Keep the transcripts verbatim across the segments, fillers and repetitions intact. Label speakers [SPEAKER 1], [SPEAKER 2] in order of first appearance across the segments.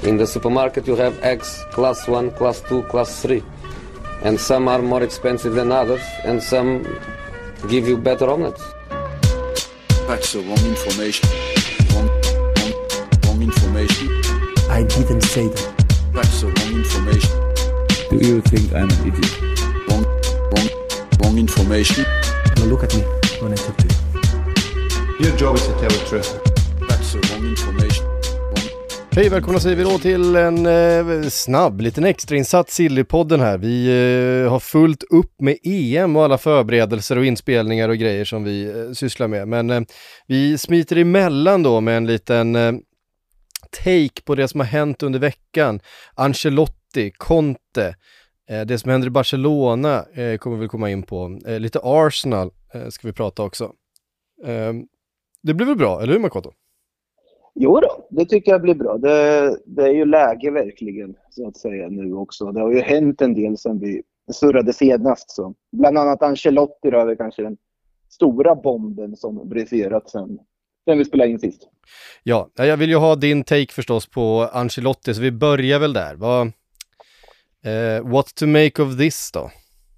[SPEAKER 1] In the supermarket you have eggs class one, class two, class three. And some are more expensive than others, and some give you better omelets.
[SPEAKER 2] That's the wrong information. Wrong, wrong, wrong information.
[SPEAKER 3] I didn't say that.
[SPEAKER 2] That's the wrong information.
[SPEAKER 4] Do you think I'm an idiot?
[SPEAKER 2] Wrong, wrong, wrong information.
[SPEAKER 3] Now look at me when I talk to you.
[SPEAKER 5] Your job is to tell the truth.
[SPEAKER 2] That's the wrong information.
[SPEAKER 6] Hej, välkomna säger vi då till en eh, snabb, liten extrainsats Sillypodden här. Vi eh, har fullt upp med E M och alla förberedelser och inspelningar och grejer som vi eh, sysslar med. Men eh, vi smiter emellan då med en liten eh, take på det som har hänt under veckan. Ancelotti, Conte, eh, det som händer i Barcelona eh, kommer vi komma in på. Eh, lite Arsenal eh, ska vi prata också. Eh, det blir väl bra, eller hur Makoto?
[SPEAKER 7] Jo då, det tycker jag blir bra. Det, det är ju läge verkligen, så att säga, nu också. Det har ju hänt en del sen vi surrade senast. Så. Bland annat Ancelotti är kanske den stora bomben som briserat sen, sen vi spelade in sist.
[SPEAKER 6] Ja, jag vill ju ha din take förstås på Ancelotti, så vi börjar väl där. Vad, eh, what to make of this då?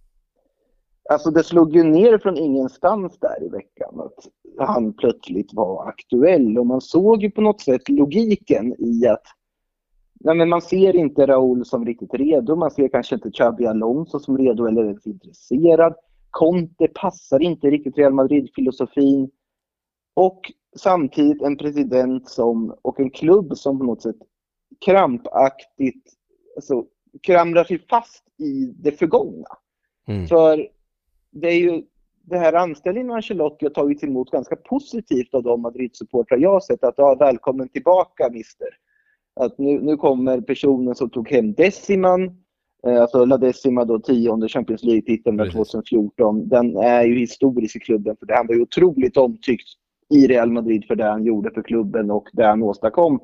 [SPEAKER 7] Alltså det slog ju ner från ingenstans där i veckan att han plötsligt var aktuell. Och man såg ju på något sätt logiken i att nej, men man ser inte Raúl som riktigt redo. Man ser kanske inte Xabi Alonso som redo eller ens intresserad. Conte passar inte riktigt Real Madrid-filosofin. Och samtidigt en president som, och en klubb som på något sätt krampaktigt alltså, kramrar sig fast i det förgångna. Mm. För det är ju det här anställningen av Ancelotti har tagits emot ganska positivt av de Madrid-supportrar jag har sett. Att ja, välkommen tillbaka mister. Att nu, nu kommer personen som tog hem Deciman. Eh, alltså La Decima då, tionde Champions League-titeln tjugohundrafjorton. Den är ju historisk i klubben för det. Han var ju otroligt omtyckt i Real Madrid för det han gjorde för klubben och det han åstadkom.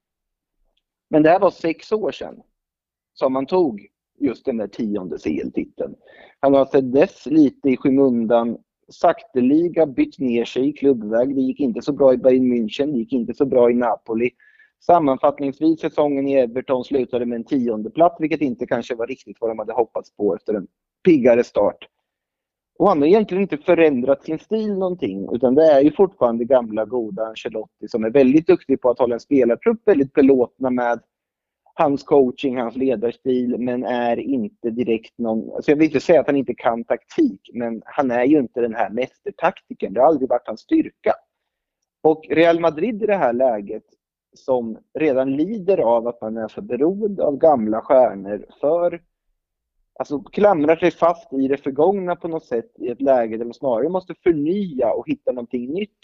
[SPEAKER 7] Men det här var sex år sedan som man tog just den där tionde C L-titeln. Han har sett dess lite i skymundan, sakteliga bytt ner sig i klubbväg. Det gick inte så bra i Bayern München, det gick inte så bra i Napoli. Sammanfattningsvis säsongen i Everton slutade med en tionde plats, vilket inte kanske var riktigt vad de hade hoppats på efter en piggare start. Och han har egentligen inte förändrat sin stil någonting, utan det är ju fortfarande gamla goda Ancelotti som är väldigt duktig på att hålla en spelartrupp väldigt belåtna med hans coaching, hans ledarstil, men är inte direkt någon... Alltså jag vill inte säga att han inte kan taktik, men han är ju inte den här mästertaktiken. Det har aldrig varit hans styrka. Och Real Madrid i det här läget, som redan lider av att man är för beroende av gamla stjärnor, för... Alltså klamrar sig fast i det förgångna på något sätt i ett läge där man snarare måste förnya och hitta någonting nytt.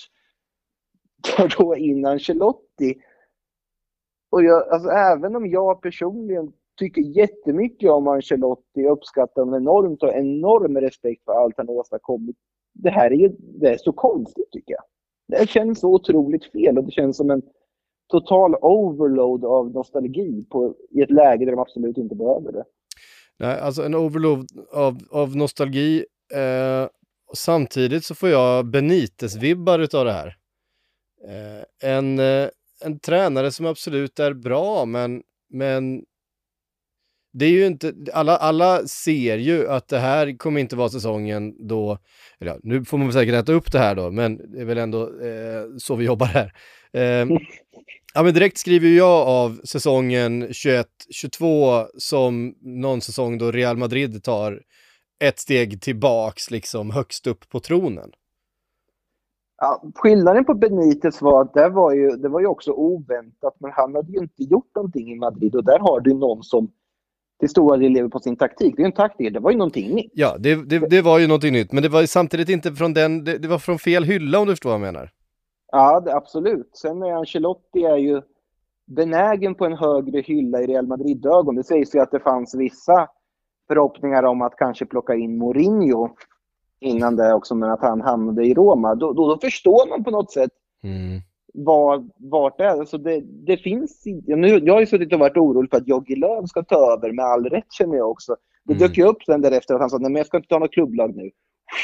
[SPEAKER 7] Tar då in Ancelotti. Och jag, alltså, även om jag personligen tycker jättemycket om Ancelotti, uppskattar honom enormt och enorm respekt för allt han åstadkommit. Det här är ju det är så konstigt tycker jag. Det känns så otroligt fel och det känns som en total overload av nostalgi på, i ett läge där de absolut inte behöver det.
[SPEAKER 6] Nej, alltså en overload av, av nostalgi. Eh, och samtidigt så får jag Benitez-vibbar utav det här. Eh, en... Eh, En tränare som absolut är bra, men, men det är ju inte, alla, alla ser ju att det här kommer inte vara säsongen då, eller ja, nu får man väl säkert äta upp det här då, men det är väl ändå eh, så vi jobbar här. Eh, ja, men direkt skriver jag av säsongen tjugoett tjugotvå som någon säsong då Real Madrid tar ett steg tillbaks liksom högst upp på tronen.
[SPEAKER 7] Ja, skillnaden på Benitez var att det var, ju, det var ju också oväntat, men han hade ju inte gjort någonting i Madrid och där har du någon som till stora del lever på sin taktik. Det är en taktik, det var ju någonting nytt.
[SPEAKER 6] Ja, det, det, det var ju någonting nytt, men det var samtidigt inte från den, det, det var från fel hylla om du förstår vad jag menar.
[SPEAKER 7] Ja, det, absolut. Sen är Ancelotti är ju benägen på en högre hylla i Real Madrid-ögon. Det sägs ju att det fanns vissa förhoppningar om att kanske plocka in Mourinho innan det också, men att han hamnade i Roma. Då, då, då förstår man på något sätt mm. var, vart det är. Alltså det, det finns nu, jag har ju suttit och varit orolig för att Jogi Löw ska ta över med all rätt, känner jag också. Det mm. dök ju upp sen därefter att han sa, nej men jag ska inte ta något klubblag nu.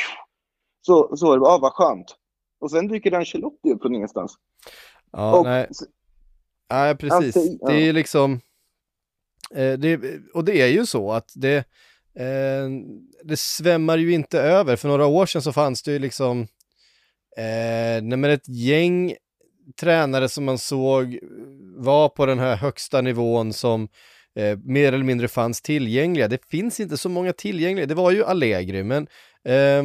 [SPEAKER 7] Så, så ja, vad skönt. Och sen dyker Ancelotti upp från ingenstans.
[SPEAKER 6] Ja,
[SPEAKER 7] och,
[SPEAKER 6] nej. Ja, precis.
[SPEAKER 7] Alltså, ja.
[SPEAKER 6] Det är ju liksom eh, det, och det är ju så att det eh, det svämmar ju inte över. För några år sedan så fanns det ju liksom eh, nej, men ett gäng tränare som man såg var på den här högsta nivån som eh, mer eller mindre fanns tillgängliga. Det finns inte så många tillgängliga. Det var ju Allegri, men eh,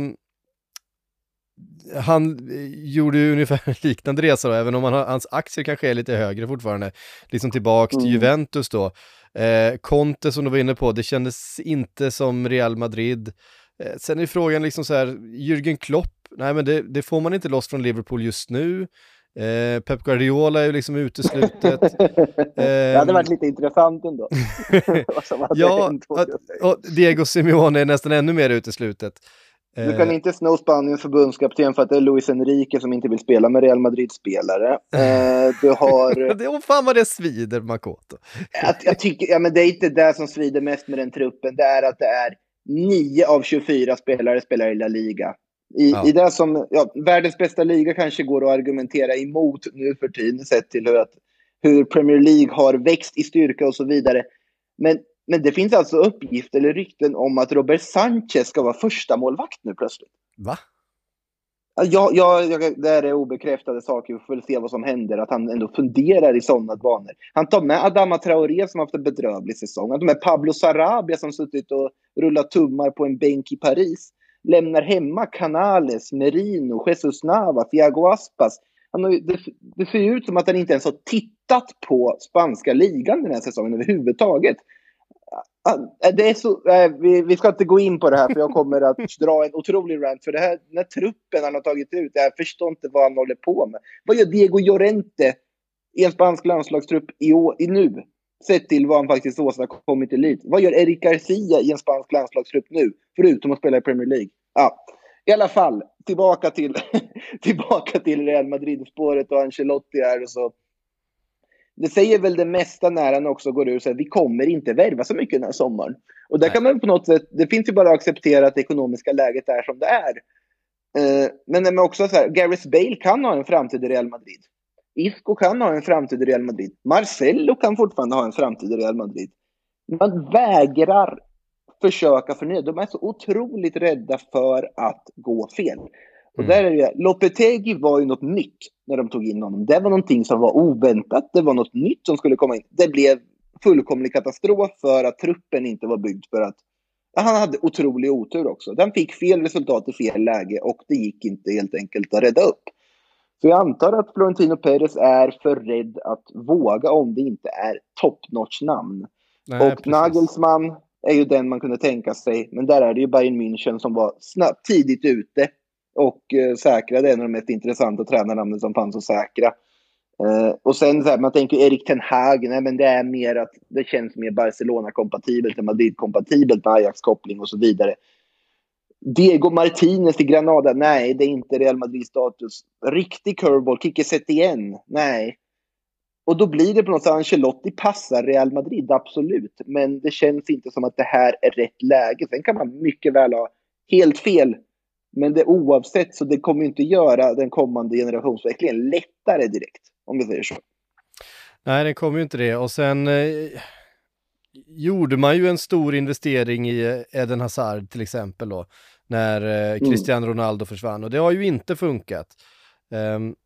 [SPEAKER 6] han gjorde ju ungefär en liknande resa då, även om han, hans aktier kanske är lite högre fortfarande. Liksom tillbaks till Juventus då. Eh, Conte som du var inne på, det kändes inte som Real Madrid. Eh, sen är frågan liksom så här, Jürgen Klopp, nej men det, det får man inte loss från Liverpool just nu. Eh, Pep Guardiola är ju liksom uteslutet.
[SPEAKER 7] eh, det hade varit lite intressant ändå.
[SPEAKER 6] Ja, och, och Diego Simeone är nästan ännu mer uteslutet.
[SPEAKER 7] Du kan inte sno Spaniens förbundskapten för att det är Luis Enrique som inte vill spela med Real Madrid-spelare. Eh, du har...
[SPEAKER 6] det, oh, fan vad det svider, Makoto.
[SPEAKER 7] jag, jag tycker, ja men det är inte det som svider mest med den truppen. Det är att det är nio av tjugofyra spelare spelar i La Liga. I,
[SPEAKER 6] ja.
[SPEAKER 7] i det som, ja, världens bästa liga kanske går att argumentera emot nu för tiden, sett till hur, att, hur Premier League har växt i styrka och så vidare. Men Men det finns alltså uppgifter eller rykten om att Robert Sanchez ska vara första målvakt nu plötsligt.
[SPEAKER 6] Va?
[SPEAKER 7] Ja, ja, ja, det är obekräftade saker. Vi får väl se vad som händer. Att han ändå funderar i sådana banor. Han tar med Adama Traoré som har haft en bedrövlig säsong. Han tar med Pablo Sarabia som suttit och rullat tummar på en bänk i Paris. Lämnar hemma Canales, Merino, Jesus Navas, Thiago Aspas. Han har, det, det ser ut som att han inte ens har tittat på spanska ligan den här säsongen överhuvudtaget. Det är så, äh, vi, vi ska inte gå in på det här för jag kommer att dra en otrolig rant för det här, den här truppen han har tagit ut, jag förstår inte vad han håller på med. Vad gör Diego Llorente i en spansk landslagstrupp i, i nu? Sett till vad han faktiskt åstadkommit i elit. Vad gör Eric Garcia i en spansk landslagstrupp nu? Förutom att spela i Premier League. Ja, i alla fall, tillbaka till tillbaka till Real Madrid-spåret och Ancelotti här och så. Det säger väl det mesta när han också går ur och säger vi kommer inte värva så mycket den här sommaren. Och där kan man på något sätt, det finns ju bara att acceptera att det ekonomiska läget är som det är. Eh, men det är också så här, Gareth Bale kan ha en framtid i Real Madrid. Isco kan ha en framtid i Real Madrid. Marcelo kan fortfarande ha en framtid i Real Madrid. Man vägrar försöka förnya. De är så otroligt rädda för att gå fel. Och
[SPEAKER 6] Mm.
[SPEAKER 7] där är det, Lopetegui var ju något nytt när de tog in honom. Det var någonting som var oväntat. Det var något nytt som skulle komma in. Det blev fullkomlig katastrof för att truppen inte var byggd för att... Han hade otrolig otur också. Den fick fel resultat i fel läge och det gick inte helt enkelt att rädda upp. Så jag antar att Florentino Perez är för rädd att våga om det inte är top-notch namn.
[SPEAKER 6] Nej,
[SPEAKER 7] och
[SPEAKER 6] precis.
[SPEAKER 7] Nagelsmann är ju den man kunde tänka sig. Men där är det ju Bayern München som var snabbt tidigt ute och eh, säkrade en av de mest intressanta tränarnamnen som fanns att säkra. Eh, och sen så här, man tänker Erik Ten Hag, nej, men det är mer att det känns mer Barcelona-kompatibelt än Madrid-kompatibelt med Ajax-koppling och så vidare. Diego Martinez i Granada, nej, det är inte Real Madrid-status. Riktig curveball, Kike Setien, nej. Och då blir det på något sätt, Ancelotti passar Real Madrid, absolut. Men det känns inte som att det här är rätt läge. Sen kan man mycket väl ha helt fel. Men det oavsett så det kommer inte göra den kommande generationsutvecklingen lättare direkt, om vi säger så.
[SPEAKER 6] Nej, det kommer ju inte det. Och sen eh, gjorde man ju en stor investering i Eden Hazard till exempel då. När eh, Cristiano Ronaldo försvann. Och det har ju inte funkat. Um,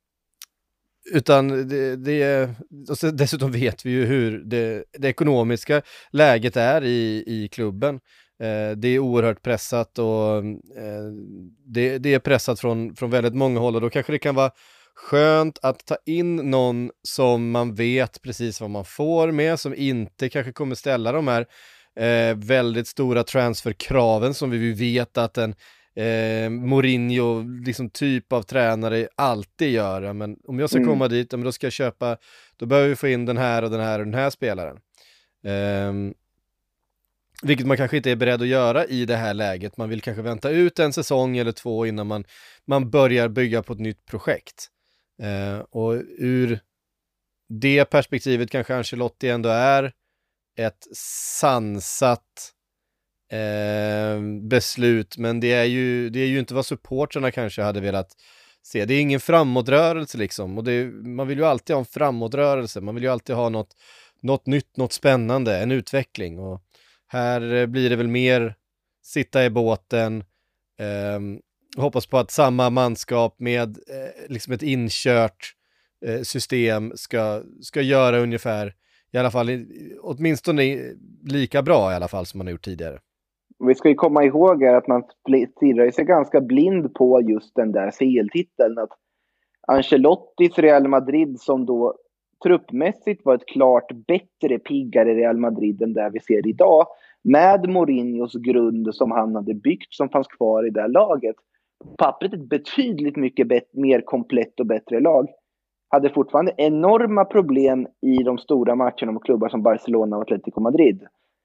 [SPEAKER 6] utan det, det och så, dessutom vet vi ju hur det, det ekonomiska läget är i, i klubben. Eh, det är oerhört pressat och eh, det, det är pressat från, från väldigt många håll. Och då kanske det kan vara skönt att ta in någon som man vet precis vad man får med, som inte kanske kommer ställa de här eh, väldigt stora transferkraven som vi vet att en eh, Mourinho liksom typ av tränare alltid gör. Men om jag ska
[SPEAKER 7] Mm.
[SPEAKER 6] komma dit, då ska jag köpa, då behöver vi få in den här och den här och den här spelaren. Eh, vilket man kanske inte är beredd att göra i det här läget. Man vill kanske vänta ut en säsong eller två innan man, man börjar bygga på ett nytt projekt. Eh, och ur det perspektivet kanske Ancelotti ändå är ett sansat eh, beslut, men det är ju det är ju inte vad supportrarna kanske hade velat se. Det är ingen framåtrörelse liksom. Och det, man vill ju alltid ha en framåtrörelse. Man vill ju alltid ha något, något nytt, något spännande, en utveckling. Och här blir det väl mer sitta i båten, eh, hoppas på att samma manskap med eh, liksom ett inkört eh, system ska, ska göra ungefär, i alla fall åtminstone lika bra i alla fall som man har gjort tidigare.
[SPEAKER 7] Vi ska ju komma ihåg att man stirrar sig ganska blind på just den där C L-titeln. Att Ancelottis Real Madrid, som då truppmässigt var ett klart bättre, piggare Real Madrid än där vi ser idag, med Mourinhos grund som han hade byggt som fanns kvar i det här laget. Pappret ett betydligt mycket bet- mer komplett och bättre lag. Hade fortfarande enorma problem i de stora matcherna mot klubbar som Barcelona och Atletico Madrid.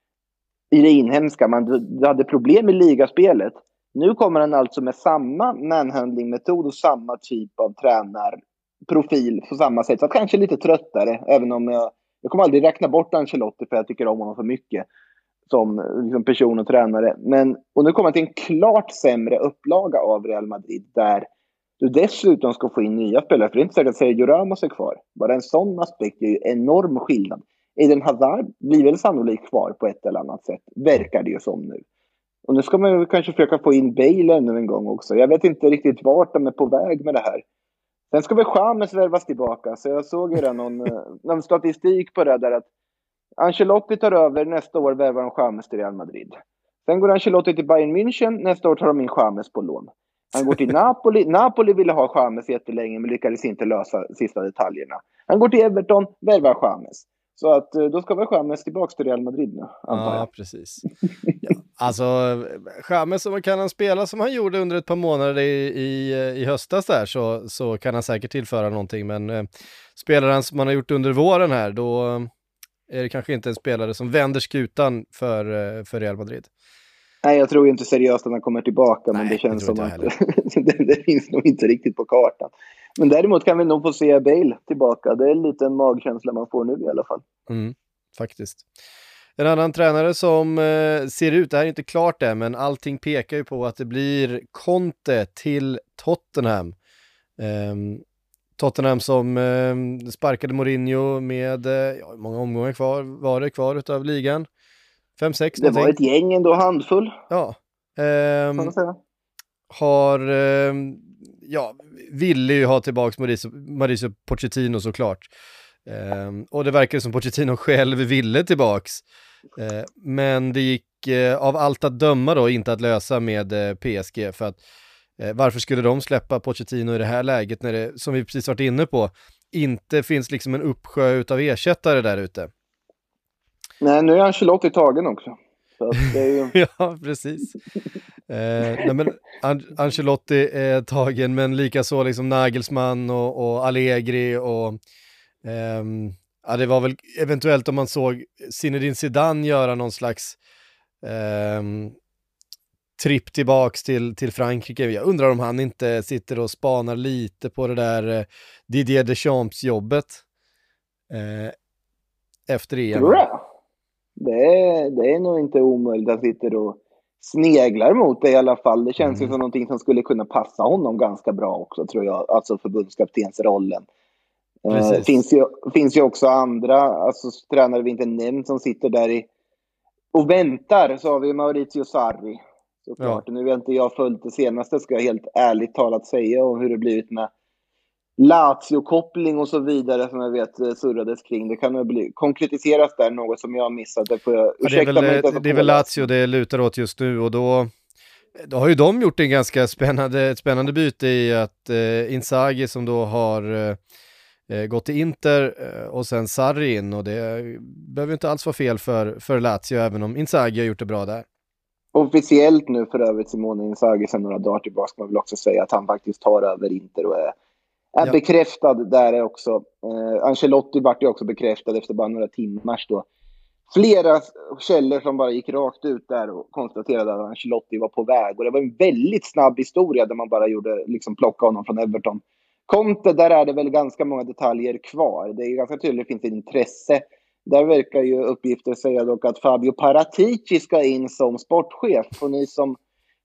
[SPEAKER 7] I det inhemska, man hade problem i ligaspelet. Nu kommer han alltså med samma manhandling-metod och samma typ av tränarprofil på samma sätt. Så kanske lite tröttare, även om jag, jag kommer aldrig räkna bort Ancelotti för jag tycker om honom för mycket som liksom person och tränare. Men, och nu kommer han till en klart sämre upplaga av Real Madrid där du dessutom ska få in nya spelare. För det är inte säkert att Sergio Ramos är kvar. Bara en sån aspekt är ju enorm skillnad. Eden Hazard blir väl sannolikt kvar på ett eller annat sätt. Verkar det ju som nu. Och nu ska man kanske försöka få in Bale ännu en gång också. Jag vet inte riktigt vart de är på väg med det här. Sen ska väl James värvas tillbaka. Så jag såg ju någon, någon statistik på det där att Ancelotti tar över, nästa år värvar de James till Real Madrid. Sen går Ancelotti till Bayern München, nästa år tar de in James på lån. Han går till Napoli. Napoli ville ha James jättelänge men lyckades inte lösa sista detaljerna. Han går till Everton, värvar James. Så att då ska väl James tillbaka till Real Madrid nu, antar jag.
[SPEAKER 6] Ja, precis. Ja, alltså, James, kan han spela som han gjorde under ett par månader i, i, i höstas där, så, så kan han säkert tillföra någonting. Men eh, spelar han som han har gjort under våren här, då är det kanske inte en spelare som vänder skutan för, för Real Madrid.
[SPEAKER 7] Nej, jag tror inte seriöst att han kommer tillbaka. Nej, men det känns det som att det, det finns nog inte riktigt på kartan. Men däremot kan vi nog få se Bale tillbaka. Det är lite en magkänsla man får nu i alla fall.
[SPEAKER 6] Mm, faktiskt. En annan tränare som eh, ser ut, det här är inte klart än, men allting pekar ju på att det blir Conte till Tottenham. Eh, Tottenham som eh, sparkade Mourinho med eh, ja, många omgångar kvar, var det kvar utav ligan. Fem, sex,
[SPEAKER 7] det var ett gäng ändå, handfull.
[SPEAKER 6] Ja. Eh, har eh, ja, ville ju ha tillbaka Mauricio, Mauricio Pochettino såklart. Eh, och det verkar som Pochettino själv ville tillbaks. Eh, men det gick eh, av allt att döma då inte att lösa med eh, P S G, för att eh, varför skulle de släppa Pochettino i det här läget när det, som vi precis varit inne på, inte finns liksom en uppsjö utav ersättare där ute.
[SPEAKER 7] Nej, nu är Ancelotti tagen också. Så att det är ju...
[SPEAKER 6] ja, precis. Eh, nej, men An- Ancelotti är tagen, men lika så liksom Nagelsmann och, och Allegri och ehm, ja, det var väl eventuellt om man såg Zinedine Zidane göra någon slags ehm, tripp tillbaks till, till Frankrike. Jag undrar om han inte sitter och spanar lite på det där eh, Didier Deschamps-jobbet eh, efter E M.
[SPEAKER 7] Bra. Det är, det är nog inte omöjligt att sitta och sneglar mot det i alla fall. Det känns mm. ju som någonting som skulle kunna passa honom ganska bra också, tror jag. Alltså förbundskaptensrollen. Eh, finns, ju, finns ju också andra alltså, tränare vi inte nämnt som sitter där i och väntar. Så har vi Maurizio Sarri. Såklart. Ja. Nu vet inte jag följt det senaste, ska jag helt ärligt talat säga, och hur det blivit med Lazio-koppling och så vidare som jag vet surrades kring. Det kan nog bli konkretiseras där, något som jag har missat. Det, får jag,
[SPEAKER 6] ja, det är väl, mig det är väl Lazio det lutar åt just nu, och då, då har ju de gjort en ganska spännande, ett spännande byte i att eh, Inzaghi som då har eh, gått till Inter eh, och sen Sarri in, och det behöver inte alls vara fel för, för Lazio, även om Inzaghi har gjort det bra där.
[SPEAKER 7] Officiellt nu för övrigt Simone Inzaghi sen några dagar tillbaka ska man väl också säga att han faktiskt tar över Inter och är är ja. bekräftad där också. Eh, Ancelotti vart ju också bekräftad efter bara några timmars då. Flera källor som bara gick rakt ut där och konstaterade att Ancelotti var på väg. Och det var en väldigt snabb historia där man bara gjorde, liksom plocka honom från Everton. Conte, där är det väl ganska många detaljer kvar. Det är ganska tydligt, det finns ett intresse. Där verkar ju uppgifter säga dock att Fabio Paratici ska in som sportchef. Och ni som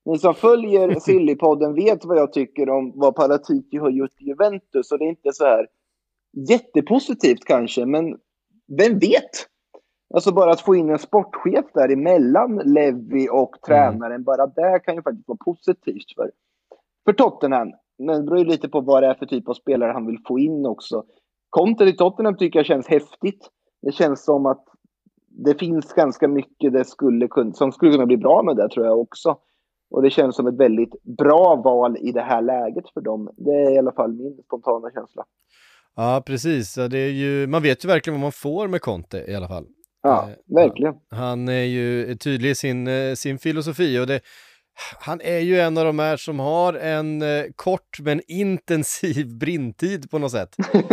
[SPEAKER 7] Ni som följer Sillypodden vet vad jag tycker om vad Paratici har gjort i Juventus. Och det är inte så här jättepositivt kanske, men vem vet? Alltså bara att få in en sportchef där emellan Levy och tränaren, mm. bara det kan ju faktiskt vara positivt för, för Tottenham. Men det beror ju lite på vad det är för typ av spelare han vill få in också. Conte i Tottenham tycker jag känns häftigt. Det känns som att det finns ganska mycket det skulle kunna, som skulle kunna bli bra med det, tror jag också. Och det känns som ett väldigt bra val i det här läget för dem. Det är i alla fall min spontana känsla.
[SPEAKER 6] Ja, precis. Det är ju, man vet ju verkligen vad man får med Conte i alla fall.
[SPEAKER 7] Ja, verkligen.
[SPEAKER 6] Han är ju tydlig i sin, sin filosofi, och det, han är ju en av de här som har en kort men intensiv brintid på något sätt.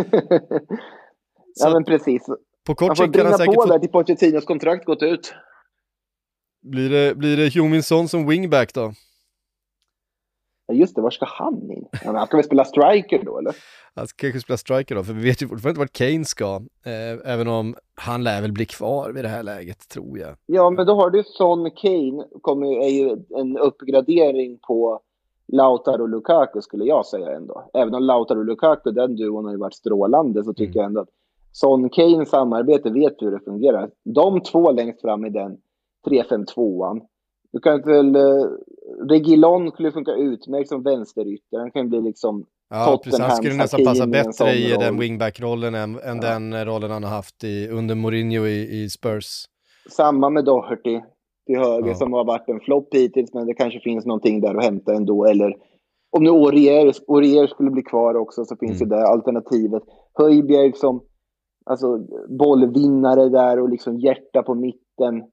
[SPEAKER 7] Ja, men precis.
[SPEAKER 6] På kort
[SPEAKER 7] han får bringa på få... där till Pochettinos kontrakt gått ut.
[SPEAKER 6] Blir det, blir det Heung-min Son som wingback då?
[SPEAKER 7] Ja, just det, var ska han in? Ja, men han ska väl spela striker då, eller?
[SPEAKER 6] Han ska kanske spela striker då, för vi vet ju fortfarande inte vart Kane ska. Eh, även om han lär väl bli kvar vid det här läget, tror jag.
[SPEAKER 7] Ja, men då har du Son. Kane kommer, är ju en uppgradering på Lautaro Lukaku, skulle jag säga ändå. Även om Lautaro Lukaku, den duon har ju varit strålande, så tycker mm. jag ändå att Son Kane samarbete, vet hur det fungerar. De två längst fram i den tre fem tvåan. Du kan väl uh, Reguilon skulle funka utmärkt som vänsterytter. Han kan bli liksom
[SPEAKER 6] ja, Tottenham. Han skulle nästan passa bättre i roll. Den wingback-rollen än, än ja. den rollen han har haft i, under Mourinho i, i Spurs.
[SPEAKER 7] Samma med Doherty till höger, ja. som har varit en flopp hittills, men det kanske finns någonting där att hämta ändå. Eller om nu Aurier, Aurier skulle bli kvar också, så finns mm. det där alternativet. Højbjerg som alltså bollvinnare där och liksom hjärta på mitten.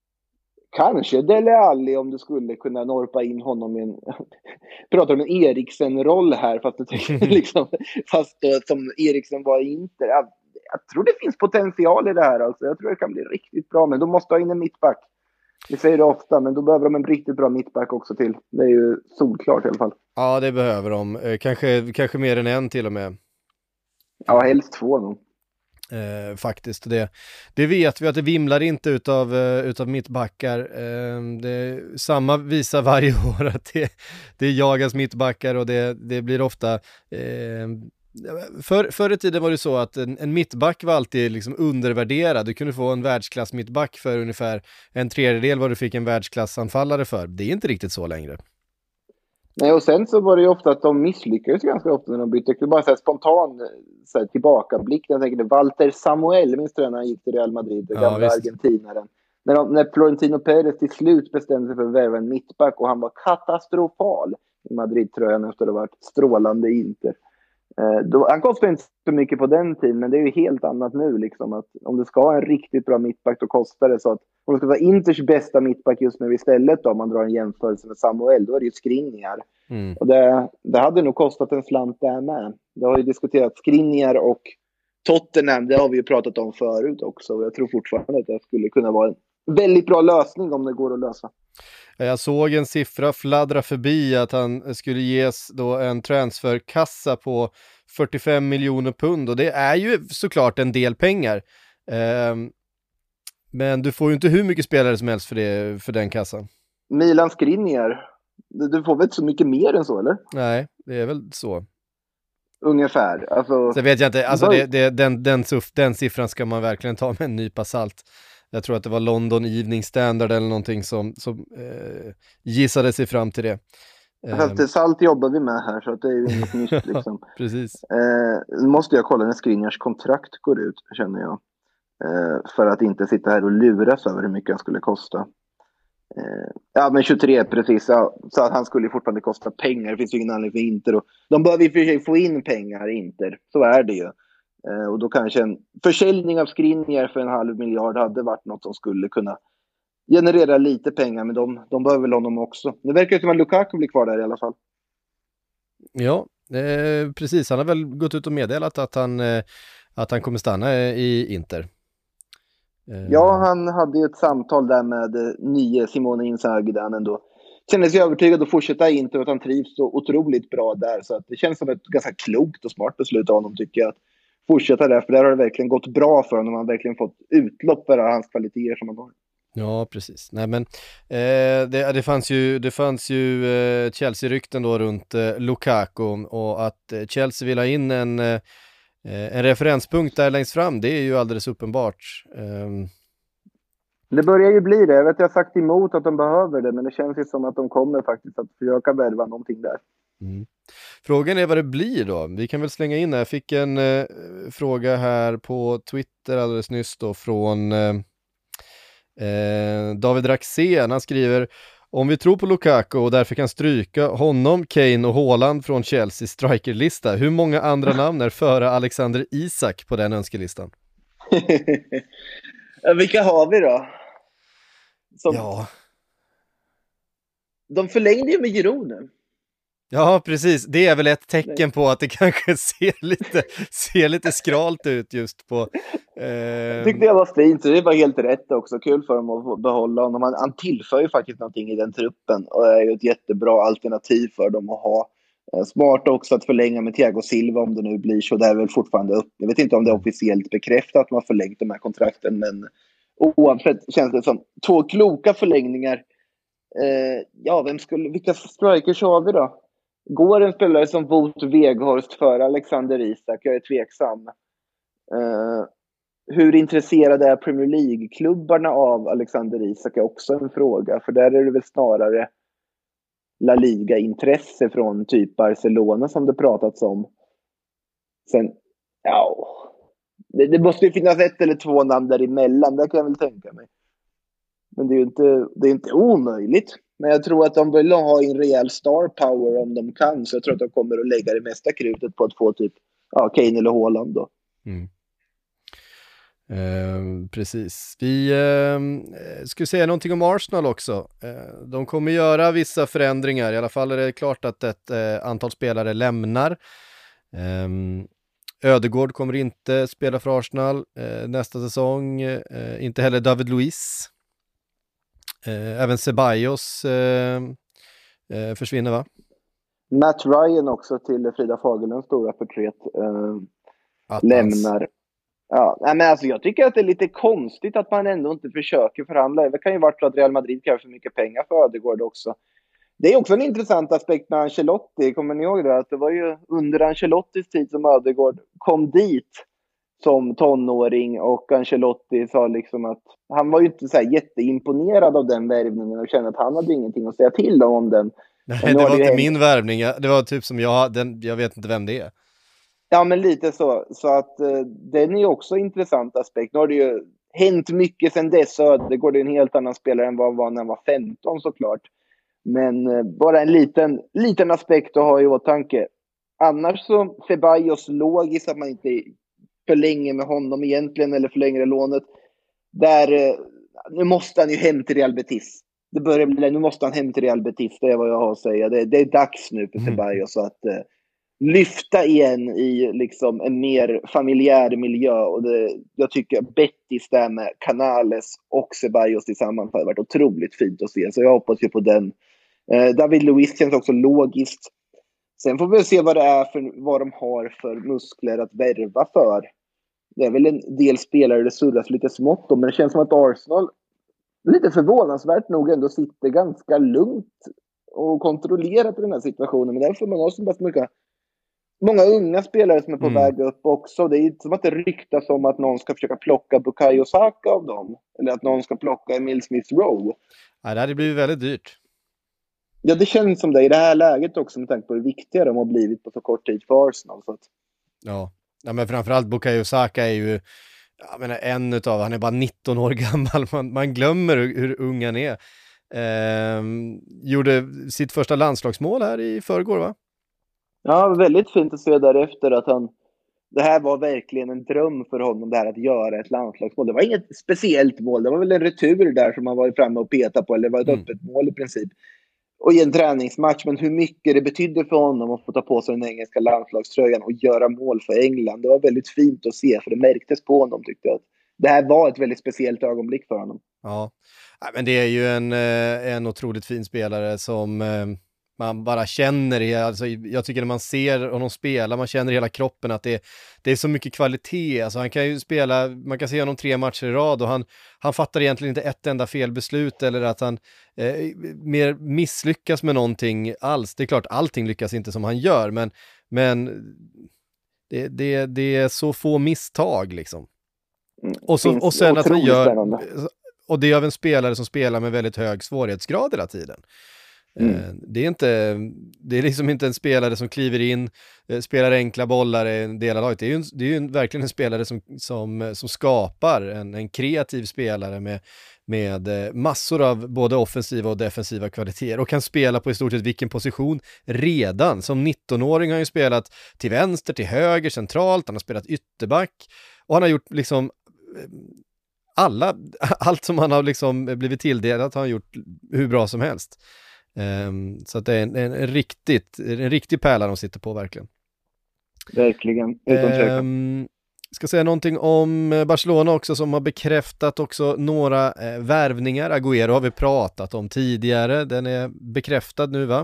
[SPEAKER 7] Kanske Dele Alli, om du skulle kunna norpa in honom i en pratar om en Eriksen-roll här, fast, det, liksom, fast som Eriksen var inte. Jag, jag tror det finns potential i det här, alltså. Jag tror det kan bli riktigt bra, men då måste ha in en mittback. Vi säger det ofta, men då behöver de en riktigt bra mittback också till. Det är ju solklart i alla fall.
[SPEAKER 6] Ja, det behöver de. Kanske, kanske mer än en till och med.
[SPEAKER 7] Ja, helst två nog.
[SPEAKER 6] Eh, faktiskt, det, det vet vi att det vimlar inte utav, uh, utav mittbackar. Eh, det, samma visar varje år att det, det jagas mittbackar, och det, det blir ofta eh, för, förr i tiden var det så att en, en mittback var alltid liksom undervärderad. Du kunde få en världsklass mittback för ungefär en tredjedel vad du fick en världsklassanfallare för. Det är inte riktigt så längre.
[SPEAKER 7] Nej, och sen så var det ju ofta att de misslyckades ganska ofta när de bytte. Det bara så här spontan så här, tillbakablick. Jag tänker Walter Samuel, minns du när han gick till Real Madrid, den gamla ja, argentinaren. När, de, när Florentino Pérez till slut bestämde sig för att värva en mittback, och han var katastrofal i Madrid-tröjan efter att ha varit strålande i Inter. Eh, då, han kostade inte så mycket på den tiden, men det är ju helt annat nu. Liksom, att om du ska ha en riktigt bra mittback, då kostar det. Så att om du ska vara Inters bästa mittback just nu istället, då, om man drar en jämförelse med Samuel, då är det ju Skriniar. Mm. Och det, det hade nog kostat en slant där med. Det har ju diskuterat Skriniar och Tottenham, det har vi ju pratat om förut också. Och jag tror fortfarande att det skulle kunna vara en väldigt bra lösning om det går att lösa.
[SPEAKER 6] Jag såg en siffra fladdra förbi att han skulle ges då en transferkassa på fyrtiofem miljoner pund, och det är ju såklart en del pengar. Um, men du får ju inte hur mycket spelare som helst för, det, för den kassan.
[SPEAKER 7] Milan Skriniar, du får väl inte så mycket mer än så, eller?
[SPEAKER 6] Nej, det är väl så.
[SPEAKER 7] Ungefär. Alltså,
[SPEAKER 6] så vet jag inte, alltså det, det, den, den, den siffran ska man verkligen ta med en nypa salt. Jag tror att det var London Evening Standard eller någonting som, som eh, gissade sig fram till det.
[SPEAKER 7] Fast eh, salt jobbar vi med här, så att det är ju inget nytt liksom.
[SPEAKER 6] Precis.
[SPEAKER 7] Eh, nu måste jag kolla när Skriniars kontrakt går ut, känner jag. Eh, för att inte sitta här och luras över hur mycket han skulle kosta. Eh, ja, men tjugotre precis. Ja, så att han skulle fortfarande kosta pengar. Det finns ju ingen anledning för Inter. Och de behöver ju för sig få in pengar, Inter. Så är det ju. Eh, och då kanske en försäljning av Skriniar för en halv miljard hade varit något som skulle kunna generera lite pengar. Men de, de behöver väl honom också. Det verkar ju som att Lukaku blir kvar där i alla fall.
[SPEAKER 6] Ja, eh, precis. Han har väl gått ut och meddelat att han, eh, att han kommer stanna i Inter.
[SPEAKER 7] Ja, han hade ju ett samtal där med nye Simone Inzaghi där han ändå känner sig övertygad att fortsätta Inter, och att han trivs så otroligt bra där. Så att det känns som ett ganska klokt och smart beslut av honom, tycker jag, att fortsätta där. För där har det verkligen gått bra för honom. Han har verkligen fått utlopp för hans kvaliteter som han har.
[SPEAKER 6] Ja, precis. Nej, men eh, det, det fanns ju, det fanns ju eh, Chelsea-rykten då runt eh, Lukaku, och att eh, Chelsea vill ha in en, eh, en referenspunkt där längst fram, det är ju alldeles uppenbart. Um...
[SPEAKER 7] Det börjar ju bli det. Jag vet jag har sagt emot att de behöver det, men det känns ju som att de kommer faktiskt att försöka värva någonting där. Mm.
[SPEAKER 6] Frågan är vad det blir då. Vi kan väl slänga in här. Jag fick en eh, fråga här på Twitter alldeles nyss då från eh, eh, David Raxén. Han skriver: om vi tror på Lukaku och därför kan stryka honom, Kane och Haaland från Chelsea strikerlista, hur många andra namn är före Alexander Isak på den önskelistan?
[SPEAKER 7] Vilka har vi då? Som...
[SPEAKER 6] Ja.
[SPEAKER 7] De förlängde ju med Giroud nu.
[SPEAKER 6] Ja, precis. Det är väl ett tecken på att det kanske ser lite, ser lite skralt ut just på... Eh...
[SPEAKER 7] Jag tyckte det var fint, så det var helt rätt också. Kul för dem att behålla honom. Han, han tillför ju faktiskt någonting i den truppen och är ju ett jättebra alternativ för dem att ha. Smart också att förlänga med Thiago Silva om det nu blir så. Det är väl fortfarande upp. Jag vet inte om det är officiellt bekräftat att man har förlängt de här kontrakten, men oavsett känns det som två kloka förlängningar. Eh, ja, vem skulle, vilka strikers har vi då? Går en spelare som Wout Weghorst för Alexander Isak? Jag är tveksam. Eh, hur intresserade är Premier League-klubbarna av Alexander Isak är också en fråga. För där är det väl snarare La Liga-intresse från typ Barcelona som det pratats om. Sen, ja... Det, det måste ju finnas ett eller två namn däremellan, det kan jag väl tänka mig. Men det är ju inte, det är inte omöjligt. Men jag tror att de vill ha en rejäl star power om de kan. Så jag tror att de kommer att lägga det mesta krutet på att få typ ja, Kane eller Haaland då.
[SPEAKER 6] Mm. Eh, precis. Vi eh, ska säga någonting om Arsenal också. Eh, de kommer göra vissa förändringar. I alla fall är det klart att ett eh, antal spelare lämnar. Eh, Ödegård kommer inte spela för Arsenal eh, nästa säsong. Eh, inte heller David Luiz. Eh, även Ceballos eh, eh, försvinner, va?
[SPEAKER 7] Matt Ryan också till Frida Fagerlunds stora förtret eh, lämnar. Ja, men alltså jag tycker att det är lite konstigt att man ändå inte försöker förhandla. Det kan ju vara så att Real Madrid kräver för mycket pengar för Ödegård också. Det är också en intressant aspekt med Ancelotti. Kommer ni ihåg det? Att det var ju under Ancelottis tid som Ödegård kom dit som tonåring, och Ancelotti sa liksom att han var ju inte så här jätteimponerad av den värvningen och kände att han hade ingenting att säga till om, om den.
[SPEAKER 6] Nej, det var inte häng... min värvning. Det var typ som jag, den, jag vet inte vem det är.
[SPEAKER 7] Ja, men lite så. Så att uh, den är ju också en intressant aspekt. Nu har det ju hänt mycket sedan dess. Ödegård är en helt annan spelare än vad han var när han var femton såklart. Men uh, bara en liten, liten aspekt att ha i åtanke. Annars så Ceballos logiskt att man inte förlänger med honom egentligen eller förlänger lånet. Där, uh, nu måste han ju hem till Real Betis. Det börjar bli, nu måste han hem till Real Betis. Det är vad jag har att säga. Det, det är dags nu för Ceballos att uh, lyfta igen i liksom en mer familjär miljö. Och det, jag tycker Betis där med Canales och Ceballos tillsammans har varit otroligt fint att se. Så jag hoppas ju på den. Eh, David Luiz känns också logiskt. Sen får vi se vad det är för vad de har för muskler att värva för. Det är väl en del spelare det surras lite smått om, men det känns som att Arsenal lite förvånansvärt nog ändå sitter ganska lugnt och kontrollerat i den här situationen. Men därför man har så pass mycket många unga spelare som är på mm. väg upp också. Det är inte som att det ryktas om att någon ska försöka plocka Bukayo Saka av dem. Eller att någon ska plocka Emil Smith Rowe.
[SPEAKER 6] Ja, det hade blivit väldigt dyrt.
[SPEAKER 7] Ja, det känns som det i det här läget också med tanke på hur viktiga de har blivit på så kort tid för Arsenal. Så att...
[SPEAKER 6] ja. ja, men framförallt Bukayo Saka är ju jag menar, en utav, han är bara nitton år gammal. Man, man glömmer hur, hur ung han är. Ehm, gjorde sitt första landslagsmål här i förrgår, va?
[SPEAKER 7] Ja, väldigt fint att se därefter att han, det här var verkligen en dröm för honom, det här att göra ett landslagsmål. Det var inget speciellt mål, det var väl en retur där som han var framme och petade på, eller det var ett mm. öppet mål i princip. Och i en träningsmatch, men hur mycket det betydde för honom att få ta på sig den engelska landslagströjan och göra mål för England. Det var väldigt fint att se, för det märktes på honom tyckte jag. Det här var ett väldigt speciellt ögonblick för honom.
[SPEAKER 6] Ja, men det är ju en, en otroligt fin spelare som... man bara känner det, alltså, jag tycker när man ser honom spela, man känner i hela kroppen att det, det är så mycket kvalitet, alltså han kan ju spela, man kan se honom tre matcher i rad och han, han fattar egentligen inte ett enda felbeslut eller att han eh, mer misslyckas med någonting alls. Det är klart, allting lyckas inte som han gör, men, men det, det, det är så få misstag liksom. Och, så, och sen att han gör, och det är av en spelare som spelar med väldigt hög svårighetsgrad hela tiden. Mm. Det är inte, det är liksom inte en spelare som kliver in, spelar enkla bollar i en del av laget. Det är ju, en, det är ju en, verkligen en spelare som, som, som skapar en, en kreativ spelare med, med massor av både offensiva och defensiva kvaliteter och kan spela på i stort sett vilken position redan. Som nittonåring har han ju spelat till vänster, till höger, centralt, han har spelat ytterback och han har gjort liksom alla, allt som han har liksom blivit tilldelat har han gjort hur bra som helst. Um, så att det är en, en, en, riktigt, en riktig pärla de sitter på verkligen.
[SPEAKER 7] Verkligen, utan tvekan.
[SPEAKER 6] Um, ska säga någonting om Barcelona också som har bekräftat också några eh, värvningar. Agüero har vi pratat om tidigare. Den är bekräftad nu, va?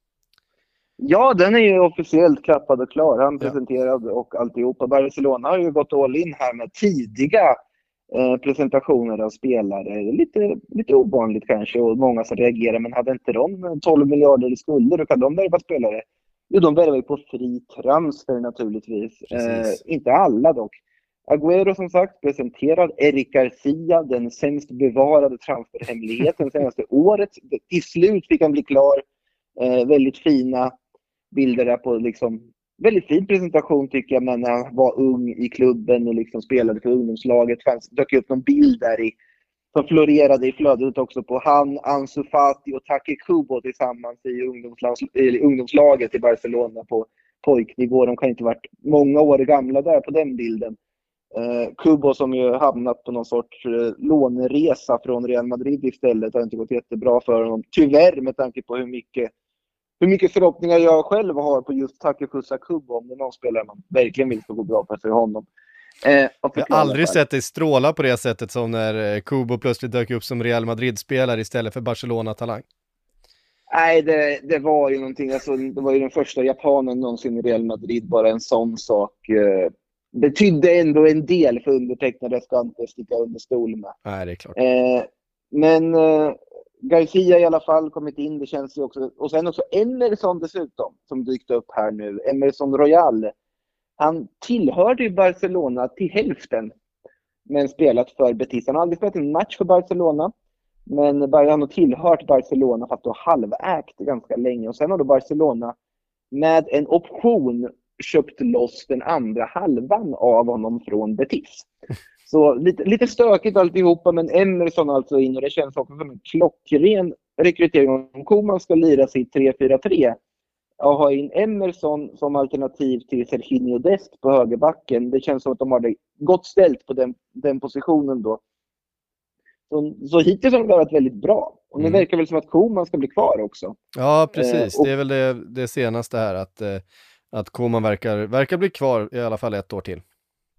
[SPEAKER 7] Ja, den är ju officiellt klappad och klar. Han
[SPEAKER 6] ja.
[SPEAKER 7] presenterad och alltihopa. Barcelona har ju gått all in här med tidiga eh, presentationer av spelare. Lite, lite ovanligt kanske och många som reagerar. Men hade inte de tolv miljarder i skulder, då kan de värva spelare. Jo, de värvar ju på fri transfer naturligtvis. Eh, inte alla dock. Agüero som sagt presenterad. Eric Garcia, den sämst bevarade transferhemligheten senaste året. Till slut fick han bli klar. Eh, väldigt fina bilder där på liksom, väldigt fin presentation tycker jag, men när han var ung i klubben och liksom spelade för ungdomslaget. Fanns, dök upp någon bild där i, som florerade i flödet också på han, Ansu Fati och Taki Kubo tillsammans i, i ungdomslaget i Barcelona på pojknivå. De kan inte varit många år gamla där på den bilden. Eh, Kubo som ju hamnat på någon sorts eh, låneresa från Real Madrid istället har inte gått jättebra för honom. Tyvärr med tanke på hur mycket hur mycket förhoppningar jag själv har på just Takefusa Kubo, om det är någon spelare man verkligen vill ska gå bra för honom. Eh,
[SPEAKER 6] jag har aldrig sett dig stråla på det sättet som när Kubo plötsligt dök upp som Real Madrid-spelare istället för Barcelona-talang.
[SPEAKER 7] Nej, det, det var ju någonting, alltså, det var ju den första japanen någonsin i Real Madrid, bara en sån sak. Eh, betydde ändå en del för undertecknade, jag ska inte sticka under stol med.
[SPEAKER 6] Nej, det är klart.
[SPEAKER 7] Eh, men eh, Garcia i alla fall kommit in, det känns ju också. Och sen också Emerson dessutom, som dykt upp här nu. Emerson Royal. Han tillhörde ju Barcelona till hälften, men spelat för Betis. Han har aldrig spelat en match för Barcelona, men han har tillhört Barcelona fast då halvägt ganska länge. Och sen har då Barcelona med en option köpt loss den andra halvan av honom från Betis. Så lite, lite stökigt alltihopa, men Emerson alltså in, och det känns också som en klockren rekrytering. Om Koeman ska lira sitt tre fyra tre och ha in Emerson som alternativ till Serginho Dest på högerbacken, det känns som att de har det gott ställt på den, den positionen då. Så, så hittills har det varit väldigt bra. Och
[SPEAKER 6] mm.
[SPEAKER 7] det verkar väl som att Koeman ska bli kvar också.
[SPEAKER 6] Ja, precis.
[SPEAKER 7] Eh, och,
[SPEAKER 6] det är väl det, det senaste här, att, eh, att Koeman verkar, verkar bli kvar i alla fall ett år till.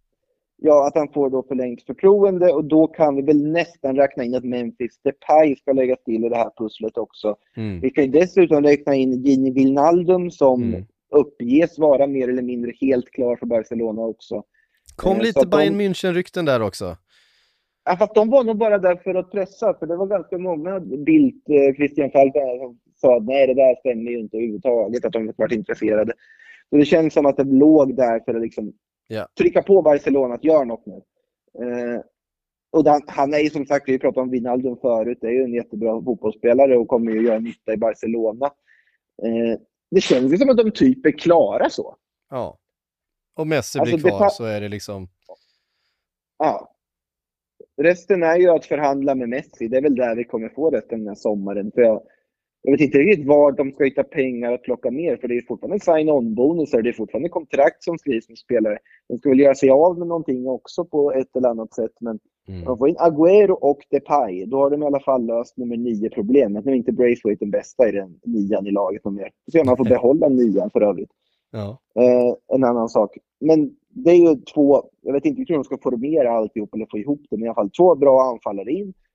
[SPEAKER 7] Ja, att han får då förlängt förtroende, och då kan vi väl nästan räkna in att Memphis Depay ska läggas till i det här pusslet också. Mm. Vi kan ju dessutom räkna in Gini Wijnaldum som mm. uppges vara mer eller mindre helt klar för Barcelona också.
[SPEAKER 6] Kom eh, lite Bayern de... München-rykten där också.
[SPEAKER 7] Ja, fast de var nog bara där för att pressa, för det var ganska många Bildt, eh, Christian Falcao som sa att nej, det där stämmer ju inte överhuvudtaget, att de inte varit intresserade. Så det känns som att det låg där för att liksom
[SPEAKER 6] yeah.
[SPEAKER 7] trycka på Barcelona att göra något nu. Eh, och han, han är ju som sagt, vi pratade om Wijnaldum förut, det är ju en jättebra fotbollsspelare och kommer ju göra nytta i Barcelona. Eh, det känns ju som att de typ är klara så.
[SPEAKER 6] Ja. Och Messi
[SPEAKER 7] alltså,
[SPEAKER 6] blir kvar
[SPEAKER 7] pa-
[SPEAKER 6] så är det liksom...
[SPEAKER 7] Ja. Resten är ju att förhandla med Messi. Det är väl där vi kommer få resten den här sommaren. För jag, jag vet inte riktigt var de ska hitta pengar att plocka mer. För det är fortfarande sign-on-bonusar. Det är fortfarande kontrakt som skrivs med spelare. De ska väl göra sig av med någonting också på ett eller annat sätt. Men mm. de får in Agüero och Depay. Då har de i alla fall löst nummer nio problemet. Nu är inte Braithwaite den bästa i den nian i laget. Om mer. Så man får behålla nian för övrigt.
[SPEAKER 6] Ja.
[SPEAKER 7] Eh, en annan sak. Men det är ju två, jag vet inte hur de ska formera alltihop eller få ihop det, men i alla fall två bra anfallare in.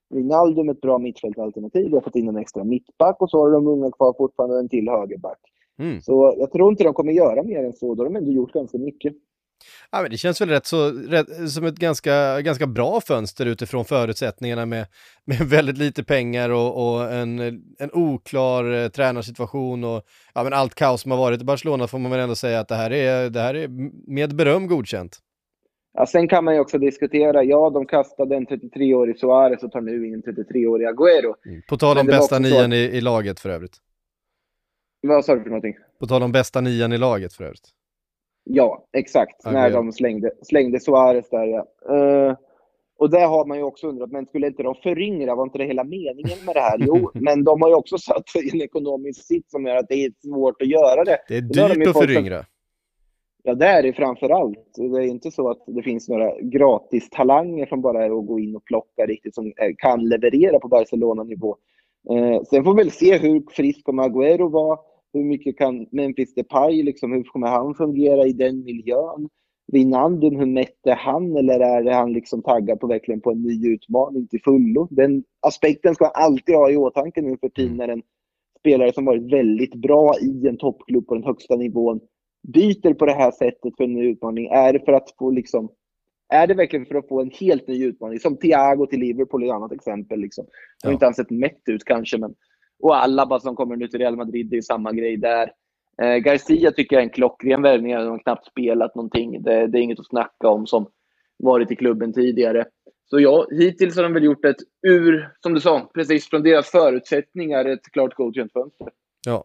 [SPEAKER 7] Wijnaldum ett bra mittfältalternativ. Du har fått in en extra mittback och så har de unga kvar fortfarande en till högerback.
[SPEAKER 6] Mm.
[SPEAKER 7] Så jag tror inte de kommer göra mer än så. Då har de ändå gjort ganska mycket.
[SPEAKER 6] Ja, men det känns väl rätt så, rätt, som ett ganska, ganska bra fönster utifrån förutsättningarna med, med väldigt lite pengar och, och en, en oklar eh, tränarsituation och ja, men allt kaos som har varit i Barcelona får man väl ändå säga att det här är, det här är med beröm godkänt.
[SPEAKER 7] Ja, sen kan man ju också diskutera, ja de kastade en trettiotre-årig Suarez och tar nu in en trettiotre-årig Agüero.
[SPEAKER 6] Mm. På tal om bästa nian i, i laget för övrigt.
[SPEAKER 7] Vad sa du för någonting?
[SPEAKER 6] På tal om bästa nian i laget för övrigt.
[SPEAKER 7] Ja, exakt. Agüero. När de slängde, slängde Suarez där, ja. Uh, och där har man ju också undrat, men skulle inte de föryngra, var inte det hela meningen med det här? Jo, men de har ju också satt sig i en ekonomisk sitt som gör att det är svårt att göra det.
[SPEAKER 6] Det är dyrt de att föryngra. Som,
[SPEAKER 7] ja, det är det framförallt. Det är inte så att det finns några gratis talanger som bara är att gå in och plocka riktigt, som kan leverera på Barcelona-nivå. Uh, sen får vi väl se hur frisk kommer Agüero vara. Hur mycket kan Memphis Depay, liksom, hur kommer han fungera i den miljön? Wijnaldum, hur mätte han? Eller är det han liksom taggar på verkligen på en ny utmaning till fullo? Den aspekten ska han alltid ha i åtanke nu för tiden när en spelare som varit väldigt bra i en toppklubb på den högsta nivån byter på det här sättet för en ny utmaning. Är det för att få liksom, är det verkligen för att få en helt ny utmaning? Som Thiago till Liverpool är ett annat exempel. Liksom. Det har
[SPEAKER 6] Ja.
[SPEAKER 7] inte ens sett mätt ut kanske, men och alla bara som kommer nu till Real Madrid, det är samma grej där. Eh, Garcia tycker jag är en klockren värvning. De har knappt spelat någonting. Det, det är inget att snacka om som varit i klubben tidigare. Så ja, hittills har de väl gjort ett ur, som du sa, precis från deras förutsättningar, ett klart godkänt fönster.
[SPEAKER 6] Ja.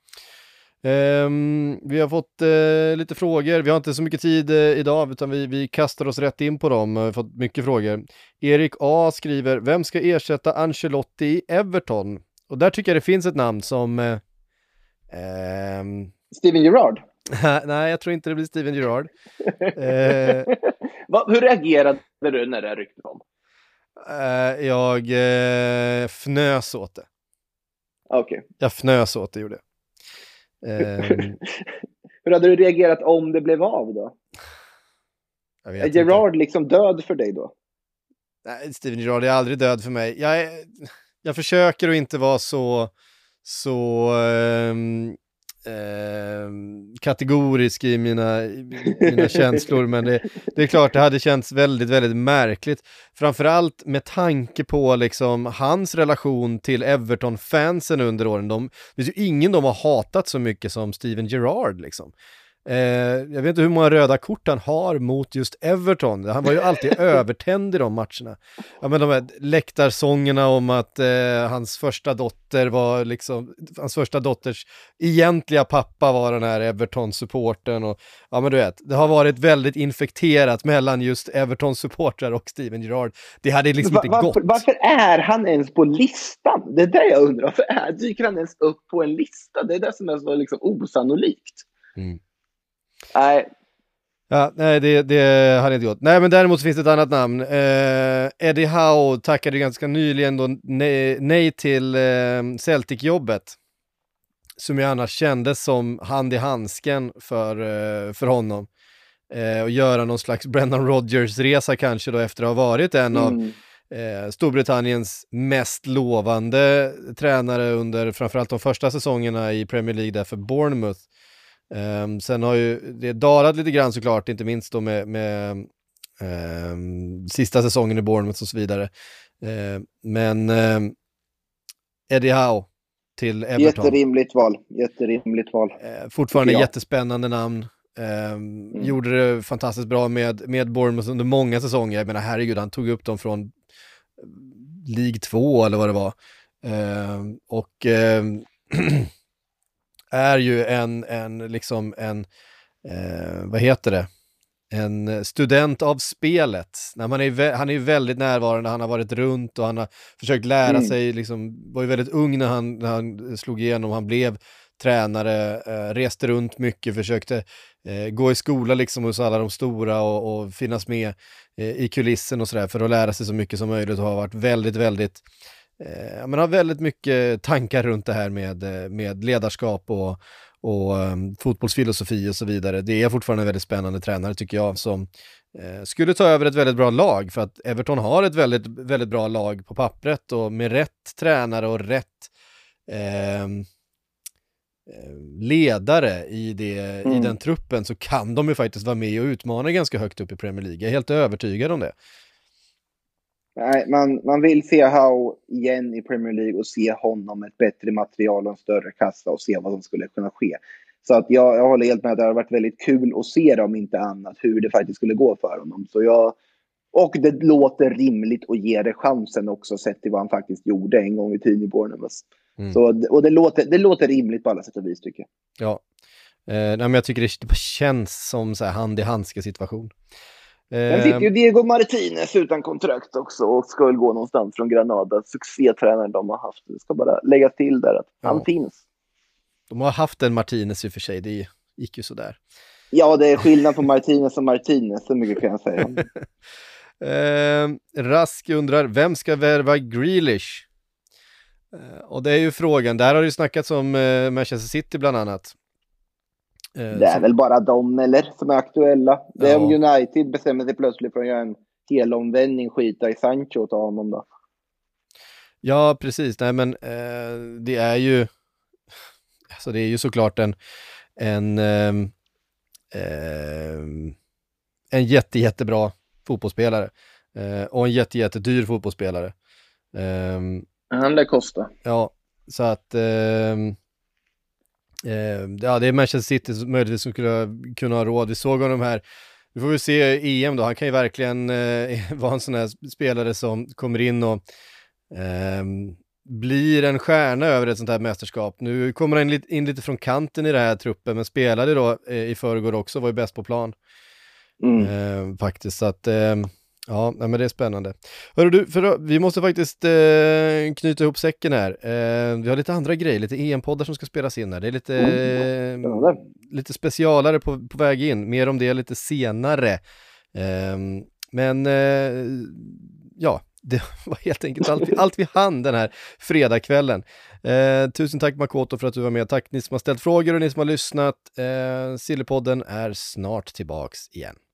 [SPEAKER 6] Um, vi har fått uh, lite frågor. Vi har inte så mycket tid uh, idag utan vi, vi kastar oss rätt in på dem. Vi har fått mycket frågor. Erik A skriver, vem ska ersätta Ancelotti i Everton? Och där tycker jag det finns ett namn som... Eh, ehm...
[SPEAKER 7] Steven Gerrard?
[SPEAKER 6] Nej, jag tror inte det blir Steven Gerrard. eh...
[SPEAKER 7] Va, hur reagerade du när det ryckte om?
[SPEAKER 6] Eh, jag eh, fnös åt det.
[SPEAKER 7] Okej. Okay.
[SPEAKER 6] Jag fnös åt det, gjorde jag. Eh...
[SPEAKER 7] hur hade du reagerat om det blev av då?
[SPEAKER 6] Jag vet
[SPEAKER 7] är Gerrard inte. Liksom död för dig då?
[SPEAKER 6] Nej, Steven Gerrard är aldrig död för mig. Jag är... Jag försöker att inte vara så, så ähm, ähm, kategorisk i mina, i mina känslor, men det, det är klart det hade känts väldigt, väldigt märkligt. Framförallt med tanke på liksom, hans relation till Everton-fansen under åren. De, det finns ju ingen de har hatat så mycket som Steven Gerrard liksom. Eh, jag vet inte hur många röda kort han har mot just Everton. Han var ju alltid övertänd i de matcherna. Ja, men de här läktarsångerna om att eh, hans första dotter var liksom, hans första dotters egentliga pappa var den här Everton-supporten och ja, men du vet, det har varit väldigt infekterat mellan just Everton-supportrar och Steven Gerrard. Det hade liksom
[SPEAKER 7] Va-
[SPEAKER 6] inte
[SPEAKER 7] varför,
[SPEAKER 6] gått.
[SPEAKER 7] Varför är han ens på listan? Det är det jag undrar. Varför är, dyker han ens upp på en lista? Det är det som är så liksom osannolikt.
[SPEAKER 6] Mm.
[SPEAKER 7] Nej.
[SPEAKER 6] Ja, nej, det, det hade inte gått. Nej, men däremot finns det ett annat namn. Eh, Eddie Howe tackade ganska nyligen då nej, nej till eh, Celtic-jobbet. Som ju annars kändes som hand i handsken för, eh, för honom. Eh, och göra någon slags Brendan Rodgers-resa kanske då efter att ha varit en av
[SPEAKER 7] Mm.
[SPEAKER 6] eh, Storbritanniens mest lovande tränare under framförallt de första säsongerna i Premier League där för Bournemouth. Um, sen har ju det dalat lite grann såklart, inte minst då med, med um, sista säsongen i Bournemouth och så vidare. Uh, men um, Eddie Howe till Everton.
[SPEAKER 7] Jätterimligt val. Jätterimligt val.
[SPEAKER 6] Uh, fortfarande
[SPEAKER 7] ja.
[SPEAKER 6] jättespännande namn. Um, mm. Gjorde det fantastiskt bra med, med Bournemouth under många säsonger. Jag menar, herregud, han tog upp dem från League två eller vad det var. Uh, och um, är ju en, en liksom en eh, vad heter det? En student av spelet. När man är vä- han är ju väldigt närvarande, han har varit runt och han har försökt lära mm. sig, liksom, var ju väldigt ung när han, när han slog igenom, han blev tränare, eh, reste runt mycket, försökte eh, gå i skola liksom hos alla de stora och, och finnas med eh, i kulissen och sådär för att lära sig så mycket som möjligt och har varit väldigt, väldigt Eh, man har väldigt mycket tankar runt det här med, med ledarskap och, och um, fotbollsfilosofi och så vidare. Det är fortfarande en väldigt spännande tränare tycker jag som eh, skulle ta över ett väldigt bra lag, för att Everton har ett väldigt, väldigt bra lag på pappret, och med rätt tränare och rätt eh, ledare i, det, mm. i den truppen, så kan de ju faktiskt vara med och utmana ganska högt upp i Premier League. Jag är helt övertygad om det.
[SPEAKER 7] Nej, man, man vill se Howe igen i Premier League och se honom med ett bättre material och en större kassa och se vad som skulle kunna ske. Så att jag, jag håller helt med att det har varit väldigt kul att se det, om inte annat, hur det faktiskt skulle gå för honom. Så jag, och det låter rimligt att ge det chansen också, sett till vad han faktiskt gjorde en gång i tiden i Bournemouth. Mm. Så, och det låter, det låter rimligt på alla sätt och vis, tycker jag.
[SPEAKER 6] Ja, eh, nej, men jag tycker det, det känns som så här hand-i-handske situation.
[SPEAKER 7] Sen sitter ju Diego Martinez utan kontrakt också och ska väl gå någonstans från Granada. Succétränaren de har haft. Det ska bara lägga till där att ja. han finns.
[SPEAKER 6] De har haft en Martinez i och för sig, det gick ju sådär.
[SPEAKER 7] Ja, det är skillnad på Martinez och Martinez, så mycket kan jag säga.
[SPEAKER 6] eh, Rask undrar, vem ska värva Grealish? Eh, och det är ju frågan, där har det ju snackats om eh, Manchester City bland annat.
[SPEAKER 7] Eh, det är så... väl bara de eller som är aktuella. Det är ja. om United bestämmer sig plötsligt för att göra en helomvändning, skita i Sancho och ta honom då.
[SPEAKER 6] Ja, precis. Nej, men eh, det är ju alltså det är ju såklart en en eh, eh, en jätte jättebra fotbollsspelare eh, och en jätte jättedyr fotbollsspelare. Eh,
[SPEAKER 7] Han lär kosta.
[SPEAKER 6] Ja, så att eh, eh, ja, det är Manchester City som möjligtvis som skulle kunna ha råd. Vi såg honom här. Vi får väl se E M då. Han kan ju verkligen eh, vara en sån här spelare som kommer in och eh, blir en stjärna över ett sånt här mästerskap. Nu kommer han in, in lite från kanten i den här truppen, men spelade då eh, i förrgår också, var ju bäst på plan. Mm. Eh, faktiskt, så att eh, ja, men det är spännande. Hörru du, för då, vi måste faktiskt eh, knyta ihop säcken här. Eh, vi har lite andra grejer, lite E M-poddar som ska spelas in här. Det är lite, mm. eh, lite specialare på, på väg in. Mer om det lite senare. Eh, men eh, ja, det var helt enkelt allt, allt vi hann den här fredagskvällen. Eh, tusen tack Makoto för att du var med. Tack ni som har ställt frågor och ni som har lyssnat. Eh, Sillypodden är snart tillbaks igen.